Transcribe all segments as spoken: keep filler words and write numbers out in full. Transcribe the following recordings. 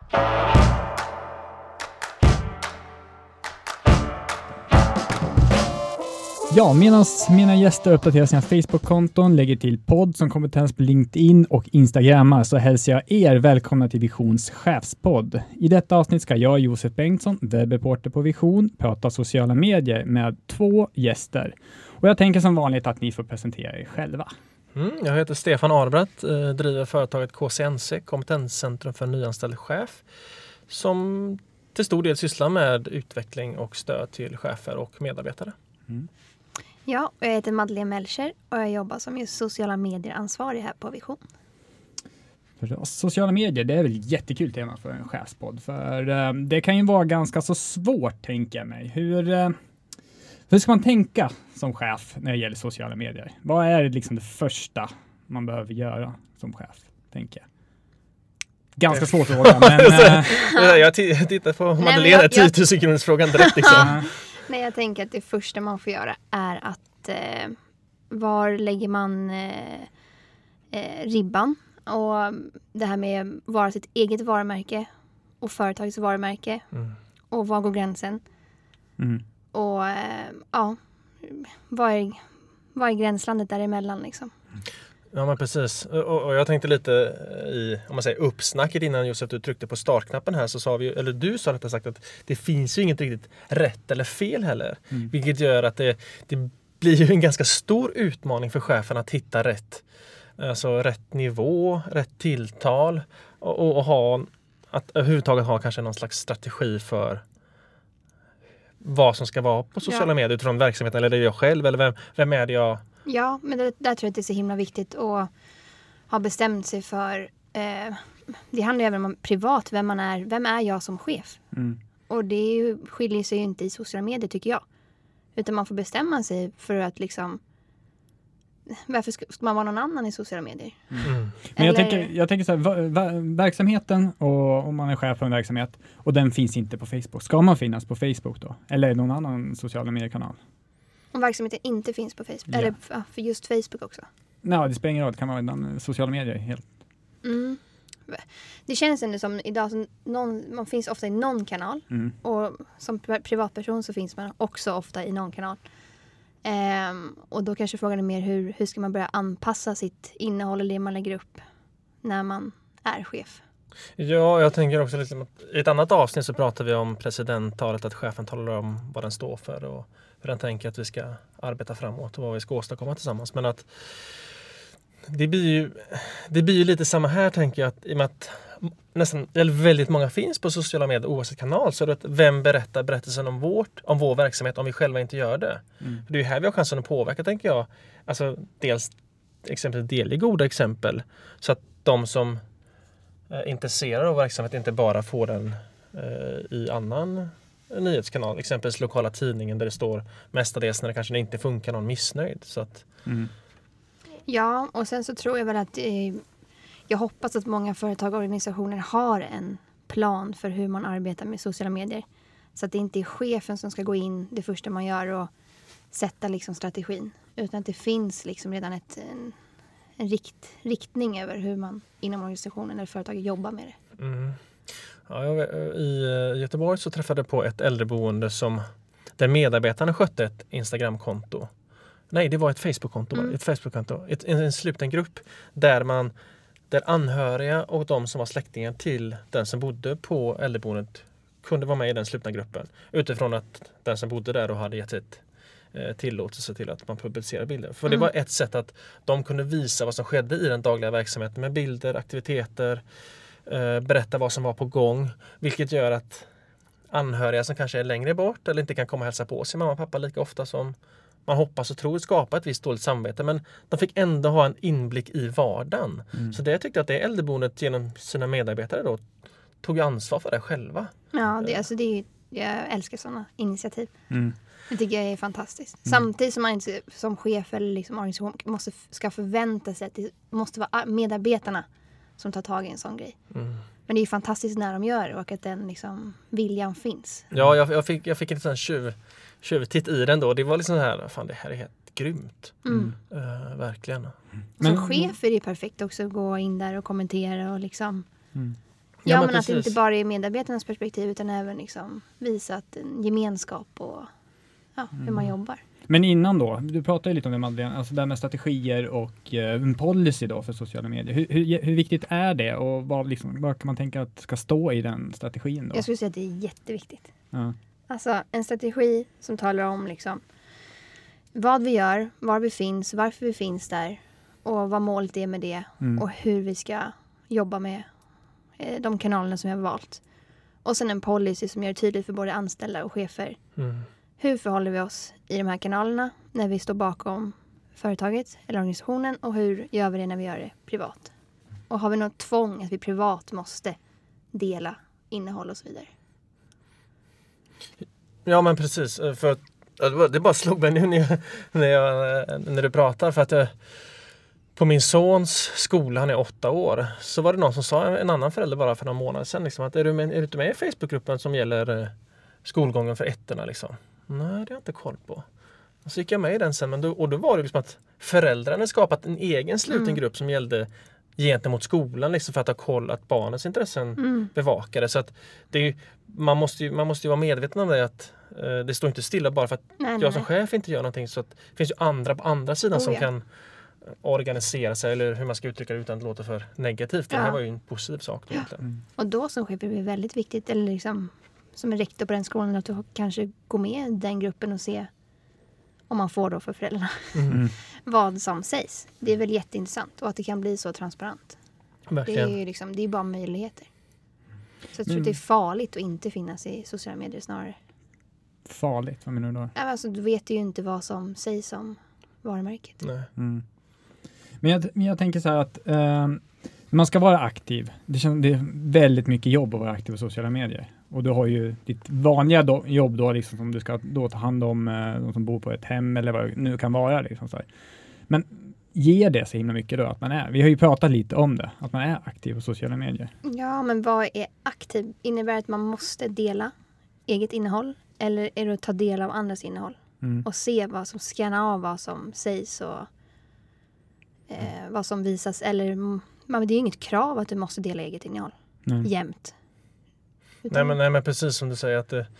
Ja, medan mina gäster uppdaterar sina Facebook-konton, lägger till podd som kompetens på LinkedIn och Instagram, så hälsar jag er välkomna till Visions chefspodd. I detta avsnitt ska jag, Josef Bengtsson, webbreporter på Vision, prata sociala medier med två gäster. Och jag tänker som vanligt att ni får presentera er själva. Mm, jag heter Stefan Arbratt, eh, driver företaget K C N C, Kompetenscentrum för nyanställd chef, som till stor del sysslar med utveckling och stöd till chefer och medarbetare. Mm. Ja, jag heter Madeleine Melcher och jag jobbar som just sociala medier-ansvarig här på Vision. Sociala medier, det är väl ett jättekul tema för en chefspodd. För eh, det kan ju vara ganska så svårt, tänker jag mig. Hur, eh, hur ska man tänka som chef när det gäller sociala medier? Vad är liksom det första man behöver göra som chef, tänker jag? Ganska svårt fråga, men... Eh... jag t- tittar på Madeleine, tio tusen kronors frågan direkt liksom. Nej, jag tänker att det första man får göra är att eh, var lägger man eh, eh, ribban? Och det här med att vara sitt eget varumärke och företagets varumärke. Mm. Och var går gränsen? Mm. Och eh, ja, vad är, vad är gränslandet däremellan liksom? Ja, men precis. Och, och jag tänkte lite i, om man säger uppsnacket innan Josef, du tryckte på startknappen här, så sa vi, eller du sa rättare sagt, att det finns ju inget riktigt rätt eller fel heller. Mm. Vilket gör att det, det blir ju en ganska stor utmaning för chefen att hitta rätt, alltså rätt nivå, rätt tilltal och, och, och ha, att överhuvudtaget ha kanske någon slags strategi för vad som ska vara på sociala ja. medier utifrån verksamheten, eller är det jag själv, eller vem, vem är det jag... Ja, men det, där tror jag att det är så himla viktigt att ha bestämt sig för. Eh, det handlar ju även om privat, vem man är. Vem är jag som chef? Mm. Och det är ju, skiljer sig ju inte i sociala medier, tycker jag. Utan man får bestämma sig för att liksom... Varför ska, ska man vara någon annan i sociala medier? Mm. Mm. Men jag tänker, jag tänker så här, va, va, verksamheten och om man är chef för en verksamhet och den finns inte på Facebook. Ska man finnas på Facebook då? Eller någon annan sociala mediekanal? Om verksamheten inte finns på Facebook. Ja. Eller för just Facebook också. Nej, det spelar ingen roll. Det kan vara en sociala medier helt. Mm. Det känns ändå som idag som någon, man finns ofta i någon kanal. Mm. Och som privatperson så finns man också ofta i någon kanal. Ehm, och då kanske frågan är mer hur, hur ska man börja anpassa sitt innehåll eller det man lägger upp när man är chef. Ja, jag tänker också liksom att i ett annat avsnitt så pratar vi om presidenttalet, att chefen talar om vad den står för och hur den tänker att vi ska arbeta framåt och vad vi ska åstadkomma tillsammans. Men att det blir ju, det blir ju lite samma här, tänker jag, att i och med att nästan, eller väldigt många finns på sociala medier oavsett kanal, så är det att vem berättar berättelsen om, vårt, om vår verksamhet om vi själva inte gör det. Mm. Det är ju här vi har chansen att påverka, tänker jag. Alltså dels exempel delge goda exempel så att de som är intresserade av verksamhet inte bara får den eh, i annan nyhetskanal, exempelvis lokala tidningen där det står mestadels när det kanske inte funkar någon missnöjd. Så att... mm. Ja, och sen så tror jag väl att eh, jag hoppas att många företag och organisationer har en plan för hur man arbetar med sociala medier. Så att det inte är chefen som ska gå in det första man gör och sätta liksom strategin. Utan att det finns liksom redan ett, en, en rikt, riktning över hur man inom organisationen eller företaget jobbar med det. Mm. Ja, jag, i Göteborg så träffade jag på ett äldreboende som, där medarbetarna skötte ett Instagramkonto. Nej, det var ett Facebook-konto. Mm. Ett Facebook-konto. Ett, en, en sluten grupp där man där anhöriga och de som var släktingar till den som bodde på äldreboendet kunde vara med i den slutna gruppen. Utifrån att den som bodde där och hade gett ett eh, tillåtelse till att man publicerar bilder. För mm. det var ett sätt att de kunde visa vad som skedde i den dagliga verksamheten med bilder, aktiviteter, eh, berätta vad som var på gång. Vilket gör att anhöriga som kanske är längre bort eller inte kan komma och hälsa på sin mamma och pappa lika ofta som man hoppas och tror skapa ett visst dåligt samvete, men de fick ändå ha en inblick i vardagen. Mm. Så det jag tyckte att det äldreboendet genom sina medarbetare då tog ansvar för det själva. Ja, det, alltså det är, jag älskar sådana initiativ. Mm. Det tycker jag är fantastiskt. Mm. Samtidigt som man inte som chef eller liksom organisation måste, ska förvänta sig att det måste vara medarbetarna som tar tag i en sån grej. Mm. Men det är ju fantastiskt när de gör det och att den liksom, viljan finns. Ja, jag, jag, fick, jag fick en sån tjuv, tjuvtitt i den då. Det var liksom så här, fan det här är helt grymt. Mm. Uh, verkligen. Mm. Som chef är det perfekt också att gå in där och kommentera och liksom... Mm. Ja, men men att det precis. inte bara är medarbetarnas perspektiv utan även liksom visa att en gemenskap och ja, hur man jobbar. Men innan då, du pratade ju lite om det, Madeleine, alltså det här med strategier och eh, en policy då för sociala medier. Hur, hur, hur viktigt är det och vad, liksom, vad kan man tänka att ska stå i den strategin då? Jag skulle säga att det är jätteviktigt. Ja. Alltså en strategi som talar om liksom vad vi gör, var vi finns, varför vi finns där och vad målet är med det Mm. och hur vi ska jobba med eh, de kanalerna som vi har valt. Och sen en policy som gör det tydligt för både anställda och chefer. Mm. Hur förhåller vi oss i de här kanalerna när vi står bakom företaget eller organisationen och hur gör vi det när vi gör det privat? Och har vi något tvång att vi privat måste dela innehåll och så vidare? Ja, men precis. För att, det bara- det bara slog mig nu när, jag, när, jag, när du pratar. För att jag, på min sons skola, han är åtta år, så var det någon som sa, en annan förälder bara för några månader sedan, liksom, att är du, med, är du inte med i Facebookgruppen som gäller eh, skolgången för ettorna? Liksom? Nej, det har jag inte koll på. Och så gick jag med i den sen, men då, och då var det liksom att föräldrarna skapat en egen sluten Mm. grupp som gällde gentemot skolan, liksom för att ha koll att barnens intressen Mm. bevakade. Så att det är ju, man, måste ju, man måste ju vara medveten om det, att eh, det står inte stilla bara för att Nej, nej, jag som nej. chef inte gör någonting. Så att det finns ju andra på andra sidan Oh, som ja. kan organisera sig, eller hur man ska uttrycka det utan att det låter för negativt. Det här Ja. var ju en positiv sak då, egentligen. Och då som chef är det väldigt viktigt, eller liksom som en rektor på den skolan, att du kanske går med i den gruppen och ser om man får då för föräldrarna Mm. vad som sägs. Det är väl jätteintressant och att det kan bli så transparent. Det är Verkligen. ju liksom, det är bara möjligheter. Så jag tror Mm. att det är farligt att inte finnas i sociala medier snarare. Farligt, vad menar du då? Ja, Alltså, du vet ju inte vad som sägs om varumärket. Nej. Mm. Men, jag, men jag tänker så här att eh, man ska vara aktiv. Det, känns, det är väldigt mycket jobb att vara aktiv på sociala medier. Och du har ju ditt vanliga do, jobb då, liksom, som du ska då ta hand om eh, de som bor på ett hem eller vad det nu kan vara. Liksom, så här. Men ger det så himla mycket då att man är? Vi har ju pratat lite om det, att man är aktiv på sociala medier. Ja, men vad är aktiv? Innebär det att man måste dela eget innehåll? Eller är det att ta del av andras innehåll? Mm. Och se vad som, scanna av vad som sägs och eh, vad som visas. Eller, mm, men det är ju inget krav att du måste dela eget innehåll Nej. jämt. Nej, Utan- men, nej men precis som du säger att det,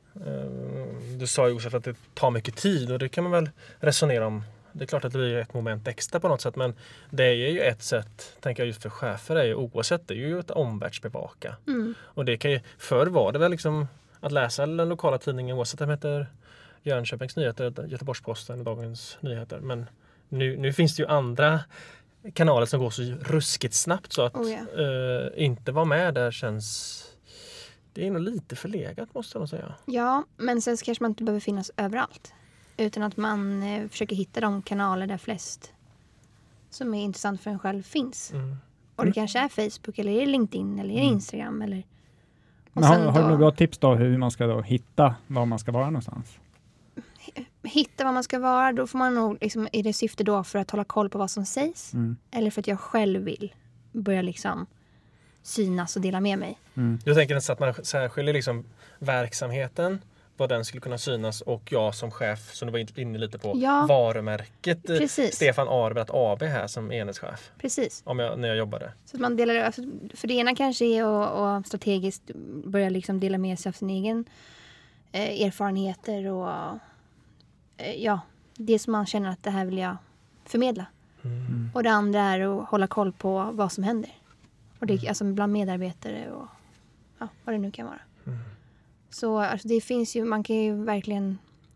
eh, du sa Josef att det tar mycket tid, och det kan man väl resonera om. Det är klart att det blir ett moment extra på något sätt, men det är ju ett sätt, tänker jag just för chefer, är ju oavsett, det är ju att omvärldsbevaka. Mm. Och det kan ju, förr var det väl liksom att läsa den lokala tidningen, oavsett om det heter Jönköpings Nyheter, Göteborgs-Posten, Dagens Nyheter. Men nu, nu finns det ju andra kanaler som går så ruskigt snabbt, så att Oh, ja. eh, inte vara med där känns... Det är nog lite förlegat, måste jag nog säga. Ja, men sen så kanske man inte behöver finnas överallt. Utan att man eh, försöker hitta de kanaler där flest som är intressant för en själv finns. Mm. Och det kanske är Facebook eller är det LinkedIn eller är det Mm. Instagram eller... Och Men har, sen har du då några bra tips då hur man ska då hitta var man ska vara någonstans? hitta vad man ska vara, då får man nog liksom, är det syfte då för att hålla koll på vad som sägs? Mm. Eller för att jag själv vill börja liksom synas och dela med mig? Mm. Jag tänker nästan att man särskiljer liksom verksamheten, vad den skulle kunna synas, och jag som chef, som du var inne lite på, Ja. varumärket eh, Precis. Stefan Arbrat A B här som enhetschef, Precis. om jag, när jag jobbade. Så att man delar, alltså, för det ena kanske är att, att strategiskt börja liksom dela med sig av sin egen eh, erfarenheter och eh, ja, det som man känner att det här vill jag förmedla. Mm. Och det andra är att hålla koll på vad som händer. Och det, Mm. alltså bland medarbetare och ja, vad det nu kan vara. Mm. Så alltså, det finns ju, man kan ju verkligen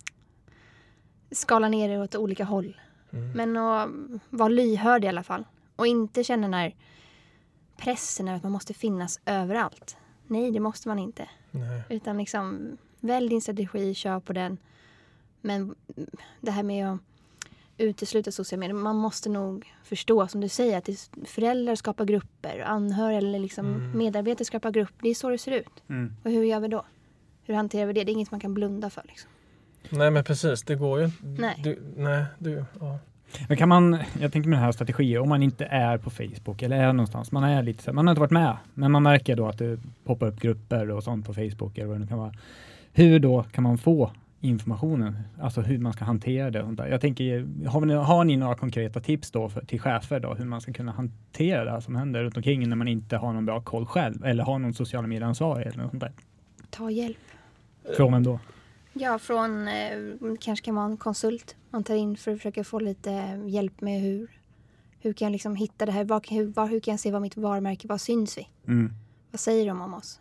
skala ner det åt olika håll. Mm. Men att vara lyhörd i alla fall. Och inte känna den här pressen över att man måste finnas överallt. Nej, det måste man inte. Nej. Utan liksom, välj din strategi, kör på den. Men det här med att utesluta sociala medier, man måste nog förstå, som du säger, att det är föräldrar skapar grupper, anhöriga eller liksom Mm. medarbetare skapar grupper. Det är så det ser ut. Mm. Och hur gör vi då? Hur hanterar vi det? Det är inget man kan blunda för. Liksom. Nej, men precis, det går ju inte. Nej. Du, nej, du, ja. Men kan man, jag tänker med den här strategin, om man inte är på Facebook eller är någonstans, man är lite så, man har inte varit med, men man märker då att det poppar upp grupper och sånt på Facebook eller vad det nu kan vara. Hur då kan man få informationen, alltså hur man ska hantera det. Och sånt där. Jag tänker, har ni, har ni några konkreta tips då för, till chefer då, hur man ska kunna hantera det här som händer runt omkring när man inte har någon bra koll själv eller har någon sociala medieansvarig eller något sånt där? Ta hjälp. Från vem då? Ja, från eh, kanske kan vara en konsult man tar in för att försöka få lite hjälp med hur hur kan jag liksom hitta det här, var, hur, var, hur kan jag se vad mitt varumärke, vad syns vi? Mm. Vad säger de om oss?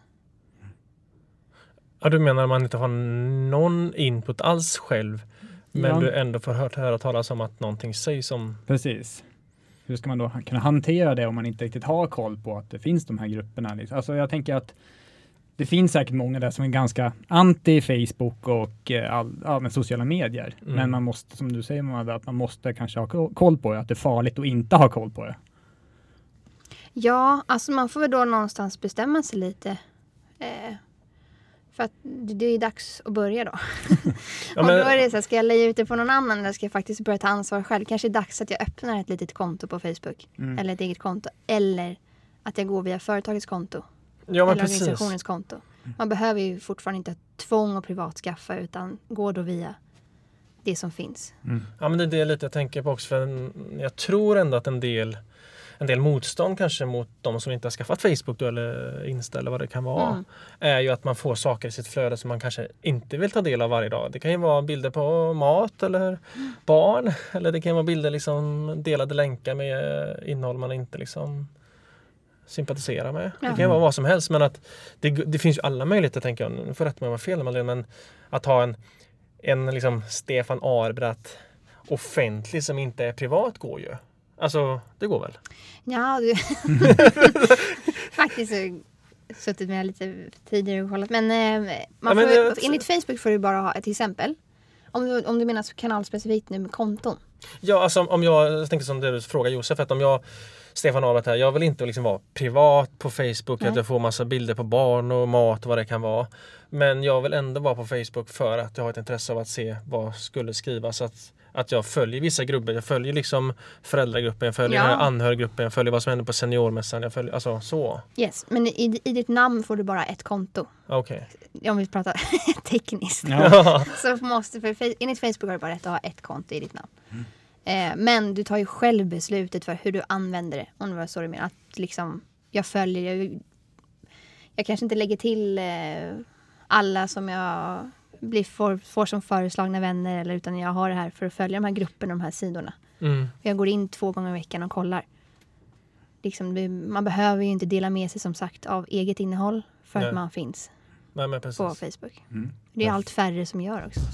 Ja, du menar att man inte har någon input alls själv, men Ja. du ändå får hört, höra talas om att någonting sägs om... Precis. Hur ska man då kunna hantera det om man inte riktigt har koll på att det finns de här grupperna? Alltså jag tänker att det finns säkert många där som är ganska anti Facebook och all, ja, med sociala medier. Mm. Men man måste, som du säger, man, att man måste kanske ha koll på det, att det är farligt att inte ha koll på det. Ja, alltså man får väl då någonstans bestämma sig lite. Eh, för att det, det är dags att börja då. Ja, och men- då är det så här, ska jag leja ut det på någon annan eller ska jag faktiskt börja ta ansvar själv? Kanske är det dags att jag öppnar ett litet konto på Facebook. Mm. Eller ett eget konto. Eller att jag går via företagets konto. Ja, men eller precis. organisationens konto. Man behöver ju fortfarande inte tvång och privatskaffa utan går då via det som finns. Ja, men det är det lite jag tänker på också. För en, jag tror ändå att en del, en del motstånd kanske mot de som inte har skaffat Facebook då, eller Insta eller vad det kan vara. Mm. Är ju att man får saker i sitt flöde som man kanske inte vill ta del av varje dag. Det kan ju vara bilder på mat eller barn. Eller det kan vara bilder, liksom delade länkar med innehåll man inte liksom sympatiserar med. Det kan ju vara vad som helst. Men att det, det finns ju alla möjligheter, tänker jag. Nu får rätt med mig fel, men att ha en, en liksom Stefan Arbratt offentlig som inte är privat går ju. Alltså, det går väl? Ja, du... faktiskt så suttit med lite tidigare och kollat. Men, eh, man Ja, men får, jag- enligt Facebook får du bara ha ett exempel. Om du, om du menar kanalspecifikt nu med konton. Ja, alltså om jag, jag tänkte som du frågar Josef, att om jag, Stefan Arbratt här, jag vill inte liksom vara privat på Facebook, Nej. att jag får massa bilder på barn och mat och vad det kan vara. Men jag vill ändå vara på Facebook för att jag har ett intresse av att se vad skulle skrivas. Att, att jag följer vissa grupper, jag följer liksom föräldragruppen, jag följer Ja. den här anhörgruppen, jag följer vad som händer på seniormässan, jag följer, alltså så. Yes, men i, i ditt namn får du bara ett konto. Okej. Om vi pratar tekniskt. Ja. Så måste, för Fe- enligt Facebook har du bara rätt att ha ett konto i ditt namn. Eh, men du tar ju själv beslutet för hur du använder det. Om det var så du menar. Att liksom, jag följer, jag, jag kanske inte lägger till eh, alla som jag blir får, får som föreslagna vänner. Eller, utan jag har det här för att följa de här grupperna, de här sidorna. Mm. Jag går in två gånger i veckan och kollar. Liksom, det- man behöver ju inte dela med sig som sagt av eget innehåll för Nej. att man finns Nej, men precis. på Facebook. Mm. Det är allt färre som gör också.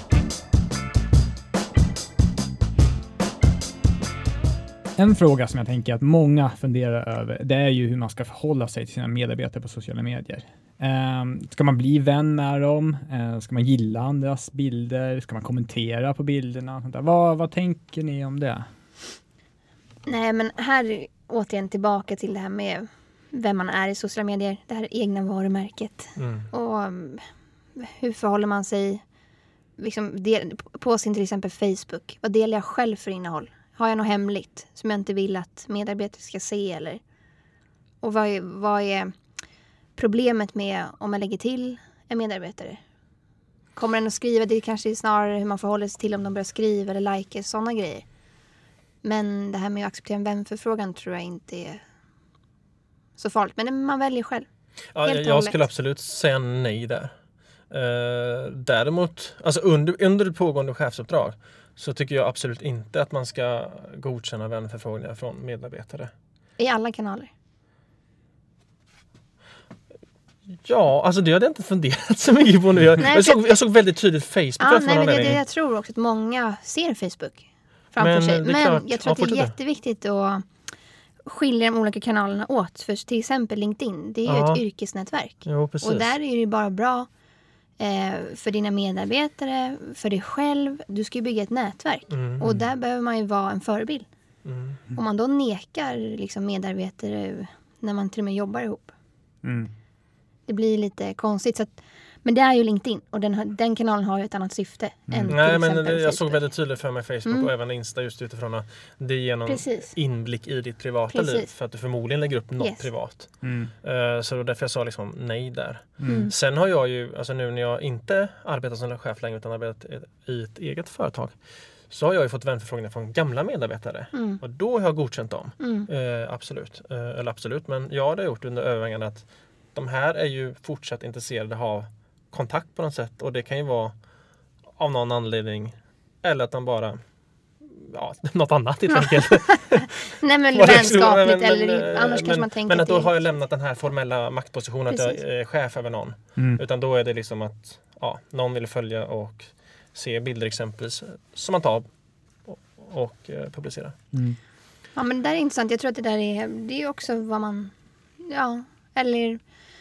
En fråga som jag tänker att många funderar över, det är ju hur man ska förhålla sig till sina medarbetare på sociala medier. Um, ska man bli vän med dem? Uh, ska man gilla andras bilder? Ska man kommentera på bilderna? Sånt där. Vad, vad tänker ni om det? Nej, men här återigen tillbaka till det här med vem man är i sociala medier. Det här egna varumärket. Mm. Och um, hur förhåller man sig liksom, del, på sin till exempel Facebook? Vad delar jag själv för innehåll? Har jag något hemligt som jag inte vill att medarbetare ska se? Eller? Och vad är, vad är problemet med om jag lägger till en medarbetare? Kommer den att skriva? Det kanske är snarare hur man förhåller sig till om de börjar skriva eller like, sådana grejer. Men det här med att acceptera en vänförfrågan tror jag inte är så farligt. Men det, man väljer själv. Ja, Helt jag, och jag hållet. skulle absolut säga nej där. Uh, däremot, alltså under, under ett pågående chefsuppdrag så tycker jag absolut inte att man ska godkänna vänförfrågningar från medarbetare. I alla kanaler. Ja, alltså det hade jag inte funderat så mycket på nu. Jag, Nej, jag, för- såg, jag såg väldigt tydligt Facebook. Ja, av någon nej, men det, det, anledning. jag tror också att många ser Facebook framför Men, sig. det är Men klart. jag tror Ja, att det är fortsätt. jätteviktigt att skilja de olika kanalerna åt. För till exempel LinkedIn, det är ju Ja. ett yrkesnätverk. Jo, precis. Och där är det ju bara bra eh, för dina medarbetare, för dig själv. Du ska ju bygga ett nätverk. Mm. Och där behöver man ju vara en förebild. Mm. Om man då nekar liksom, medarbetare när man till och med jobbar ihop. Mm. Det blir lite konstigt. Så att Men det är ju LinkedIn och den, har, den kanalen har ju ett annat syfte Mm. än till Nej, men exempel det, jag Facebook. såg väldigt tydligt för mig Facebook Mm. och även Insta just utifrån att det är genom Precis. inblick i ditt privata Precis. liv för att du förmodligen lägger upp något Yes. privat. Mm. Uh, så det var därför jag sa liksom nej där. Mm. Sen har jag ju, alltså nu när jag inte arbetar som chef längre utan arbetat i ett eget företag, så har jag ju fått vänförfrågningar från gamla medarbetare. Mm. Och då har jag godkänt dem. Mm. Uh, absolut. Uh, eller absolut, men jag har gjort under övervägande att de här är ju fortsatt intresserade av kontakt på något sätt och det kan ju vara av någon anledning eller att de bara ja, något annat helt enkelt. Nej men Vad det vänskapligt skulle- men- eller men, annars men, kanske man tänker Men att då till- har jag lämnat den här formella maktpositionen att Precis. jag är chef över någon. Mm. Utan då är det liksom att ja, någon vill följa och se bilder exempelvis som man tar och, och eh, publicerar. Mm. Ja men det där är intressant. Jag tror att det där är, det är också vad man, ja, eller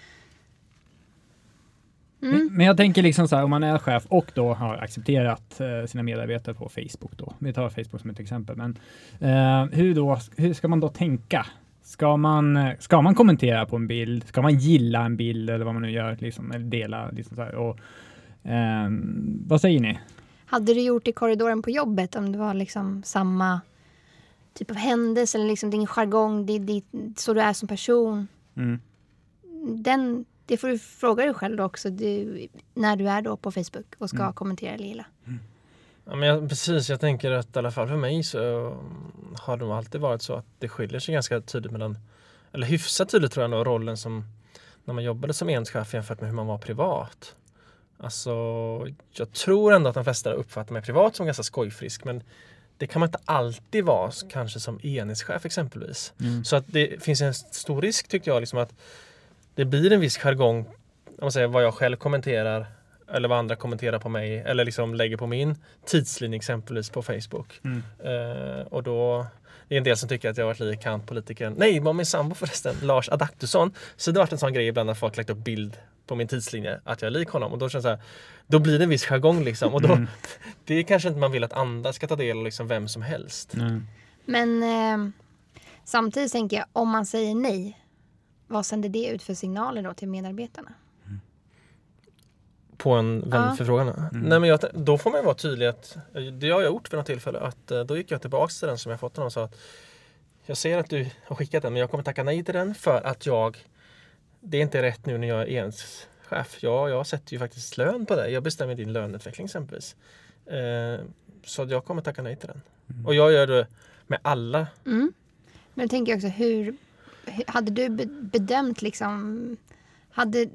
mm. Men jag tänker liksom så här, om man är chef och då har accepterat eh, sina medarbetare på Facebook då. Vi tar Facebook som ett exempel. Men eh, hur, då, hur ska man då tänka? Ska man, eh, ska man kommentera på en bild? Ska man gilla en bild eller vad man nu gör? Liksom, eller dela? Liksom så här. Och, eh, vad säger ni? Hade du gjort i korridoren på jobbet om det var liksom samma typ av händelse eller liksom din jargong, det, det, så du är som person? Mm. Den, det får du fråga dig själv då också du, när du är då på Facebook och ska Mm. kommentera eller gilla. Ja, men jag, precis, jag tänker att i alla fall för mig så har det nog alltid varit så att det skiljer sig ganska tydligt mellan, eller hyfsat tydligt tror jag nog, rollen som när man jobbade som enhetschef jämfört med hur man var privat. Alltså, jag tror ändå att de flesta uppfattar mig privat som ganska skojfrisk, men det kan man inte alltid vara kanske som enhetschef exempelvis. Mm. Så att det finns en stor risk tycker jag liksom att det blir en viss jargong, om man säger vad jag själv kommenterar eller vad andra kommenterar på mig eller liksom lägger på min tidslinje exempelvis på Facebook. Mm. Uh, och då det är en del som tycker att jag har varit lite kantpolitiker. Nej, var min sambo förresten, Lars Adaktusson. Så det har varit en sån grej ibland när folk lagt upp bild på min tidslinje att jag är lik honom. Och då känns det så här, då blir det en viss jargong liksom. Och då, Mm. det är kanske inte man vill att andra ska ta del av liksom vem som helst. Mm. Men eh, samtidigt tänker jag, om man säger nej, vad sänder det ut för signaler då till medarbetarna? På en vänförfrågan. Mm. Nej, men jag, då får man ju vara tydlig att det har jag gjort för något tillfälle. Att, eh, då gick jag tillbaka till den som jag fått den och sa att jag ser att du har skickat den men jag kommer tacka nej till den för att jag det är inte rätt nu när jag är enhetschef. Ja, jag sätter ju faktiskt lön på det. Jag bestämmer din löneutveckling exempelvis. Eh, så jag kommer tacka nej till den. Mm. Och jag gör det med alla. Mm. Men jag tänker också, hur hur- hade du be- bedömt liksom, hade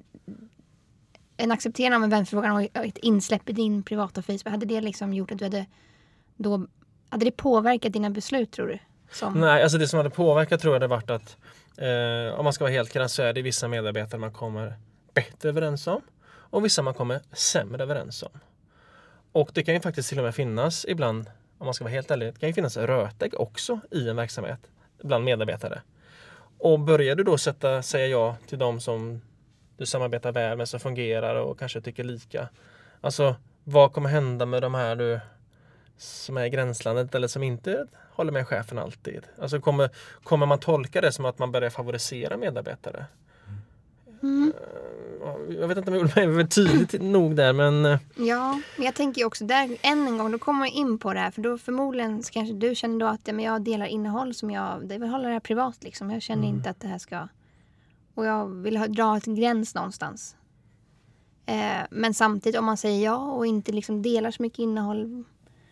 en accepterande av en vänförfrågan och ett insläpp i din privata Facebook, hade det liksom gjort att du hade då, hade det påverkat dina beslut tror du? Som, Nej, alltså det som hade påverkat tror jag det varit att eh, om man ska vara helt krass så är det vissa medarbetare man kommer bättre överens om och vissa man kommer sämre överens om. Och det kan ju faktiskt till och med finnas ibland, om man ska vara helt ärlig, det kan ju finnas rötägg också i en verksamhet bland medarbetare. Och börjar du då sätta, säga ja till dem som du samarbetar väl med, som fungerar och kanske tycker lika. Alltså, vad kommer hända med de här du som är i gränslandet eller som inte håller med chefen alltid? Alltså kommer, kommer man tolka det som att man börjar favorisera medarbetare? mm. Jag vet inte om jag gjorde mig tydligt nog där, men Ja, men jag tänker ju också där, än en gång, då kommer jag in på det här, för då förmodligen så kanske du känner då att ja, men jag delar innehåll som jag, det vill hålla det här privat liksom. Jag känner Mm. inte att det här ska, och jag vill ha, dra ett gräns någonstans. Eh, men samtidigt om man säger ja och inte liksom delar så mycket innehåll,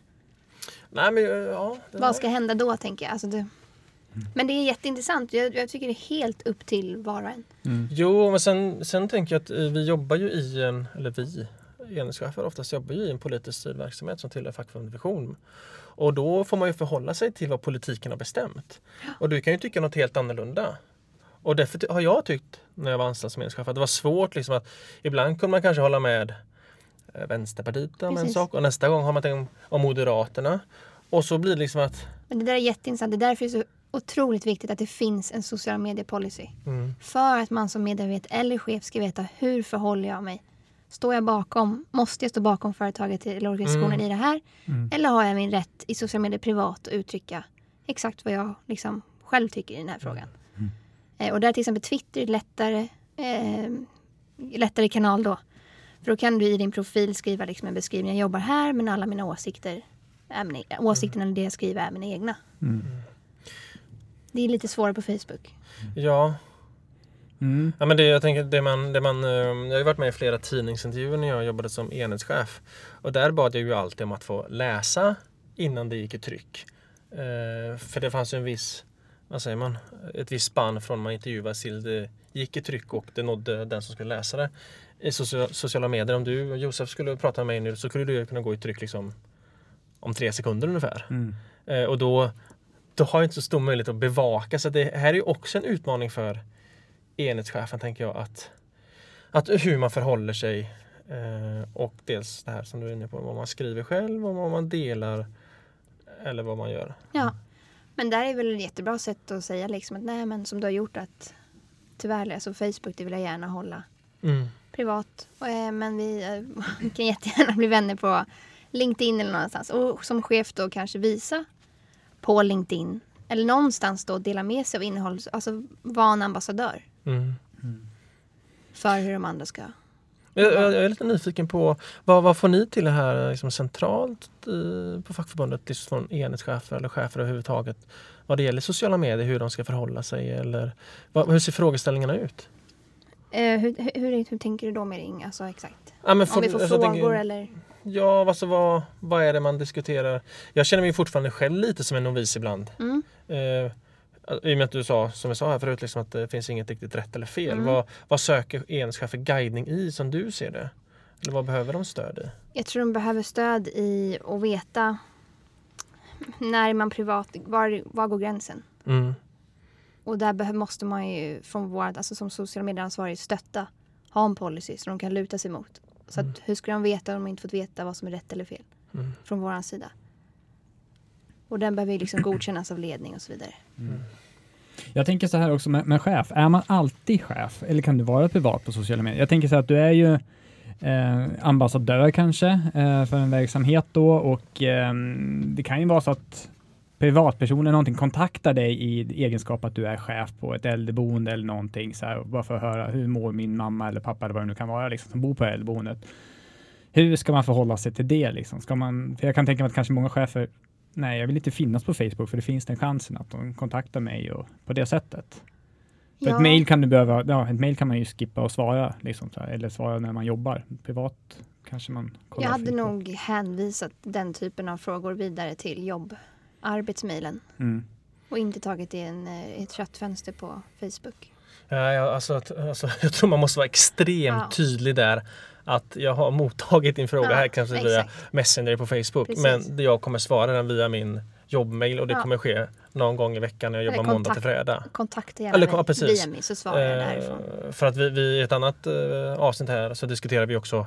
nej men ja. Det vad ska hända då tänker jag. Alltså det, men det är jätteintressant, jag, jag tycker det är helt upp till var och en. Mm. Jo, men sen, sen tänker jag att eh, vi jobbar ju i en, eller vi, enhetschefer oftast jobbar ju i en politiskt styrd verksamhet som tillhör fackförbund division. Och då får man ju förhålla sig till vad politiken har bestämt. Och du kan ju tycka något helt annorlunda. Och därför ty- har jag tyckt när jag var anställd som enhetschef att det var svårt liksom att ibland kunde man kanske hålla med eh, Vänsterpartiet om en Precis. sak och nästa gång har man tänkt om Moderaterna. Och så blir det liksom att Men det där är jätteintressant, det är därför det är så otroligt viktigt att det finns en social mediepolicy. mm, För att man som medarbetare eller chef ska veta hur förhåller jag mig. Står jag bakom, måste jag stå bakom företaget eller organisationen Mm. i det här? Mm. Eller har jag min rätt i sociala medier privat att uttrycka exakt vad jag liksom själv tycker i den här frågan? Mm. Eh, och där till exempel Twitter är lättare, eh, lättare kanal då. För För då kan du i din profil skriva liksom en beskrivning. Jag jobbar här men alla mina åsikter, är mina, åsikterna eller det jag skriver är mina egna. Mm. Det är lite svårare på Facebook. Ja. Mm. Ja, men det, jag tänker, det man, det man, jag har ju varit med i flera tidningsintervjuer när jag jobbade som enhetschef. Och där bad jag ju alltid om att få läsa innan det gick i tryck. Eh, för det fanns ju en viss, vad säger man, ett visst spann från man intervjuade till det gick i tryck och det nådde den som skulle läsa det. I socia- sociala medier, om du Josef skulle prata med mig nu så skulle du kunna gå i tryck liksom om tre sekunder ungefär. Mm. Eh, och då, då har jag inte så stor möjlighet att bevaka. Så det här är ju också en utmaning för enhetschefen, tänker jag, att, att hur man förhåller sig eh, och dels det här som du är inne på, vad man skriver själv och vad man delar eller vad man gör. Ja, men där är väl ett jättebra sätt att säga liksom att nej, men som du har gjort att tyvärr, alltså Facebook, det vill jag gärna hålla Mm. privat. Och, eh, men vi eh, kan jättegärna bli vänner på LinkedIn eller någonstans. Och som chef då kanske visa på LinkedIn eller någonstans då dela med sig av innehåll. Alltså vara en ambassadör Mm. för hur de andra ska. Jag, jag är lite nyfiken på vad, vad får ni till det här liksom centralt i, på fackförbundet liksom från enhetschefer eller chefer överhuvudtaget vad det gäller sociala medier, hur de ska förhålla sig eller vad, hur ser frågeställningarna ut? Eh, hur, hur, hur, hur tänker du då med ring? Alltså exakt. Ja, men Om för, vi får alltså, jag frågor tänker- eller? Ja, alltså vad, vad är det man diskuterar? Jag känner mig fortfarande själv lite som en novis ibland. Mm. Eh, I och med att du sa, som jag sa här förut, liksom att det finns inget riktigt rätt eller fel. Mm. Vad, vad söker enhetschefer guidning i som du ser det? Eller vad behöver de stöd i? Jag tror de behöver stöd i att veta när är man privat, var, var går gränsen? Mm. Och där behöv, måste man ju från vårt, alltså som sociala medieansvarig stötta, ha en policy som de kan luta sig mot. Så att, hur ska de veta om de inte fått veta vad som är rätt eller fel Mm. från våran sida? Och den behöver ju liksom godkännas av ledning och så vidare. Jag tänker så här också med, med chef. Är man alltid chef eller kan du vara privat på sociala medier? Jag tänker så här att du är ju eh, ambassadör kanske eh, för en verksamhet då och eh, det kan ju vara så att privatpersoner någonting kontaktar dig i egenskap att du är chef på ett äldreboende eller någonting så här, bara för att höra hur mår min mamma eller pappa eller vad det nu kan vara liksom, som bor på äldreboendet. Hur ska man förhålla sig till det liksom? Ska man, för jag kan tänka mig att kanske många chefer nej, jag vill inte finnas på Facebook för det finns den chansen att de kontaktar mig och på det sättet. För Ja. ett mail kan du behöva, ja, ett mail kan man ju skippa och svara liksom så här, eller svara när man jobbar. Privat kanske man kollar Jag hade Facebook. nog hänvisat den typen av frågor vidare till jobb, arbetsmailen Mm. och inte tagit det i en, eh, ett chattfönster på Facebook. Ja, ja, alltså, att- alltså, jag tror man måste vara extremt Ja. tydlig där. Att jag har mottagit din fråga Ja, här kanske via exakt. Messenger på Facebook. Precis. Men jag kommer svara den via min jobbmail och det Ja. kommer ske någon gång i veckan när jag Eller jobbar måndag kontakt- till fredag. Kontakta gärna Eller, mig ja, precis. via mig så svarar jag därifrån. Eh, för att vi, vi i ett annat eh, avsnitt här så diskuterar vi också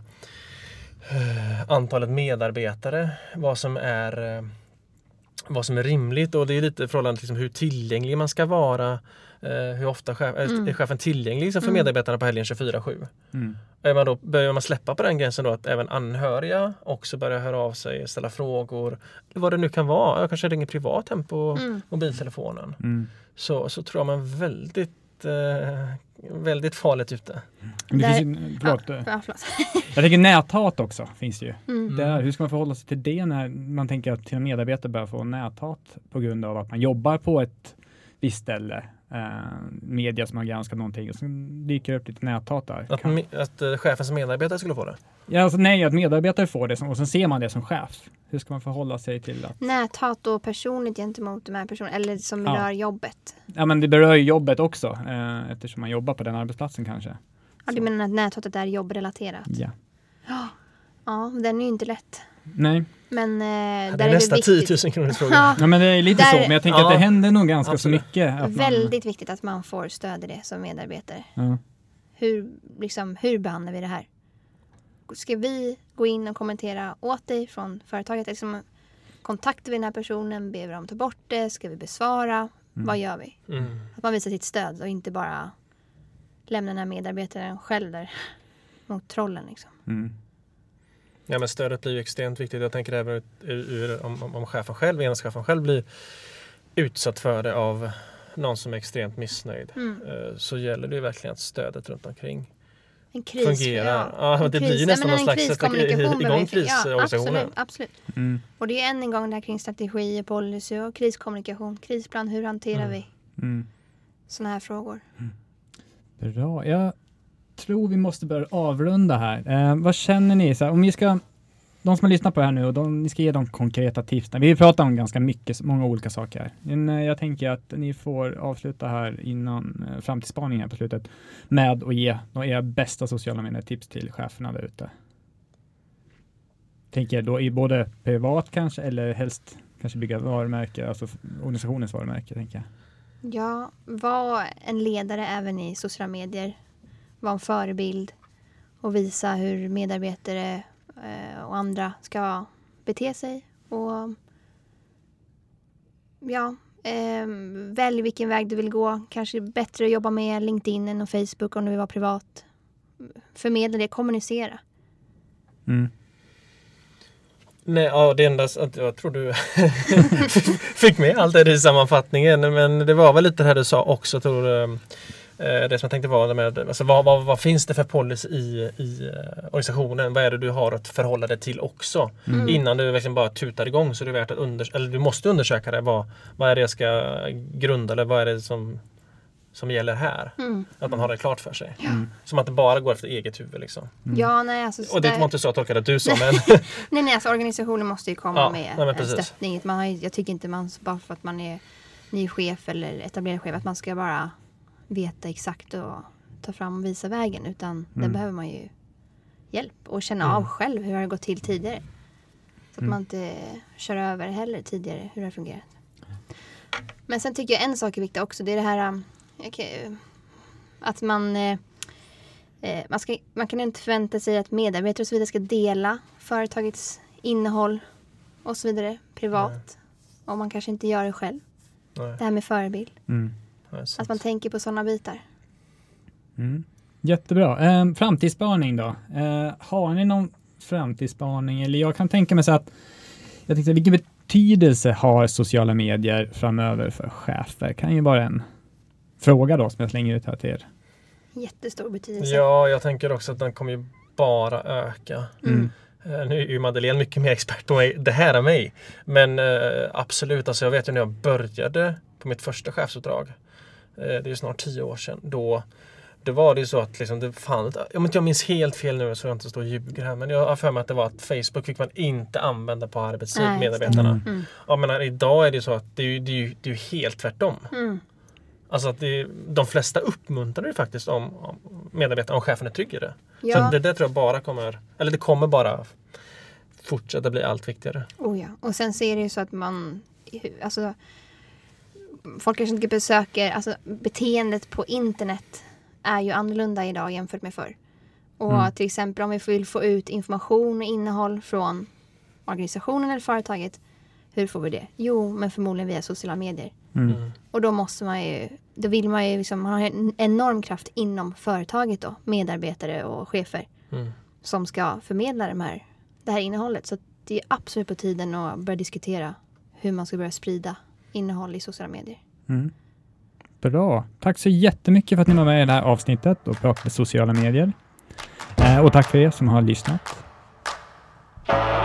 eh, antalet medarbetare. Vad som är eh, vad som är rimligt och det är lite i förhållande till liksom hur tillgänglig man ska vara. Eh, hur ofta chef, Mm. är chefen tillgänglig liksom för Mm. medarbetarna på helgen tjugofyra sju. Mm. Är man då, börjar man släppa på den gränsen då att även anhöriga också börjar höra av sig, ställa frågor. Vad det nu kan vara. Jag kanske ringer privat hem på Mm. mobiltelefonen. Mm. Så, så tror jag man är väldigt, eh, väldigt farligt ute. Men det Där- finns ju, förlåt, Ja, eh, ja, förlåt. jag tänker näthat också finns det ju. Mm. Där, hur ska man förhålla sig till det när man tänker att sina medarbetare börjar få näthat på grund av att man jobbar på ett visst ställe, eh, media som har granskat någonting och så dyker det upp lite näthat där. Att, Kan- me- att eh, chefens medarbetare skulle få det. Ja, alltså, nej, att medarbetare får det som, och sen ser man det som chef. Hur ska man förhålla sig till att... Näthat och personligt gentemot de här personerna eller som Ja. rör jobbet. Ja, men det berör ju jobbet också eh, eftersom man jobbar på den arbetsplatsen kanske. Ja, du menar att näthatet är jobbrelaterat? Ja. Ja, den är ju inte lätt. Nej, Men eh, Det där är är nästan det tio viktigt. tusen kronors fråga. Ja, ja, men det är lite Där- så. Men jag tänker Ja, att det händer nog ganska absolut. så mycket. Att man, väldigt viktigt att man får stöd i det som medarbetare. ja. Hur, liksom, hur behandlar vi det här? Ska vi gå in och kommentera åt dig från företaget? Liksom, kontaktar vi den här personen? Ber vi dem ta bort det? Ska vi besvara? Vad gör vi? Mm. Att man visar sitt stöd och inte bara lämnar den här medarbetaren själv där mot trollen. Liksom. Mm. Ja, men stödet blir ju extremt viktigt. Jag tänker även ur, ur, om, om, om chefen själv, enhetschefen själv blir utsatt för det av någon som är extremt missnöjd. Mm. eh, Så gäller det ju verkligen att stödet runt omkring en kris. fungerar. Ja, en det kris. blir ju nästan Ja, någon slags kriskommunikation igång behöver- ja, krisorganisationen. absolut, absolut. Mm. Och det är än en gång där kring strategi, policy och kriskommunikation. Krisplan, hur hanterar Mm. vi Mm. sådana här frågor? Bra. Jag tror vi måste börja avrunda här. Eh, vad känner ni? Så här, om vi ska, de som har lyssnat på det här nu, och de, ni ska ge dem konkreta tips. Vi pratar om ganska mycket, många olika saker här. Men eh, jag tänker att ni får avsluta här innan eh, framtidsspaningen på slutet med att ge de era bästa sociala medier-tips till cheferna där ute. Tänker då i både privat kanske, eller helst kanske bygga varumärke, alltså organisationens varumärke, tänker jag. Ja, var en ledare även i sociala medier. Var en förebild och visa hur medarbetare eh, och andra ska bete sig. Och ja, eh, välj vilken väg du vill gå. Kanske bättre att jobba med LinkedIn än och Facebook om du vill vara privat. Förmedla det, kommunicera. Mm. Nej, ja, det enda att jag tror du fick med allt det i sammanfattningen, men det var väl lite det här du sa också, tror eh, det som jag tänkte var med, alltså vad, vad, vad finns det för policy i, i uh, organisationen? Vad är det du har att förhålla dig till också? Mm. Innan du verkligen bara tutar igång, så är det värt att under, eller du måste undersöka det. Vad, vad är det jag ska grunda, eller vad är det som, som gäller här? Mm. Att man har det klart för sig. Mm. Som att det bara går efter eget huvud liksom. Mm. Ja, nej, alltså, Och det där- var inte så jag tolkade att du sa, men Nej, nej, alltså organisationen måste ju komma Ja, med nej, men en precis. stöttning. Man har, ju- jag tycker inte man, bara för att man är ny chef eller etablerad chef, att man ska bara veta exakt och ta fram och visa vägen. Utan där Mm. behöver man ju hjälp och känna Mm. av själv hur det har gått till tidigare. Så att Mm. man inte kör över heller tidigare hur det har fungerat. Men sen tycker jag en sak är viktig också. Det är det här um, okej, att man... Eh, Eh, man, ska, man kan inte förvänta sig att medarbetare och så vidare ska dela företagets innehåll och så vidare privat. Om man kanske inte gör det själv. nej, Det här med förebild. Mm. nej, Att man tänker på sådana bitar. Mm. Jättebra. Eh, framtidsspaning då. Eh, har ni någon framtidsspaning? Eller jag kan tänka mig så att jag tänkte, vilken betydelse har sociala medier framöver för chefer? Kan ju vara en fråga då som jag slänger ut här till er. Jättestor betydelse. Ja, jag tänker också att den kommer ju bara öka. Mm. Eh, Nu är ju Madeleine mycket mer expert på mig, det här är mig. Men eh, absolut, alltså jag vet ju när jag började på mitt första chefsuppdrag. Eh, det är ju snart tio år sedan. Då, då var det ju så att liksom, det fanns, om inte jag minns helt fel nu så jag inte står och ljuger här, men jag har för mig att det var att Facebook fick man inte använda på arbetstid, Nej, medarbetarna. Mm. Mm. Jag menar, idag är det så att det är ju, det är ju, det är ju helt tvärtom. Mm. Alltså att det, de flesta uppmuntrar ju faktiskt om, om medarbetarna, om chefen är trygg i det. Ja. Så det där tror jag bara kommer, eller det kommer bara fortsätta bli allt viktigare. Oh ja. Och sen så är det ju så att man... Alltså, folk kanske inte besöker... Alltså, beteendet på internet är ju annorlunda idag jämfört med förr. Och Mm. till exempel om vi vill få ut information och innehåll från organisationen eller företaget. Hur får vi det? Jo, men förmodligen via sociala medier. Mm. Mm. Och då måste man ju... Då vill man ju liksom ha en enorm kraft inom företaget då. Medarbetare och chefer. Mm. Som ska förmedla de här, det här innehållet. Så det är absolut på tiden att börja diskutera hur man ska börja sprida innehåll i sociala medier. Mm. Bra. Tack så jättemycket för att ni var med i det här avsnittet och pratade sociala medier. Eh, och tack för er som har lyssnat.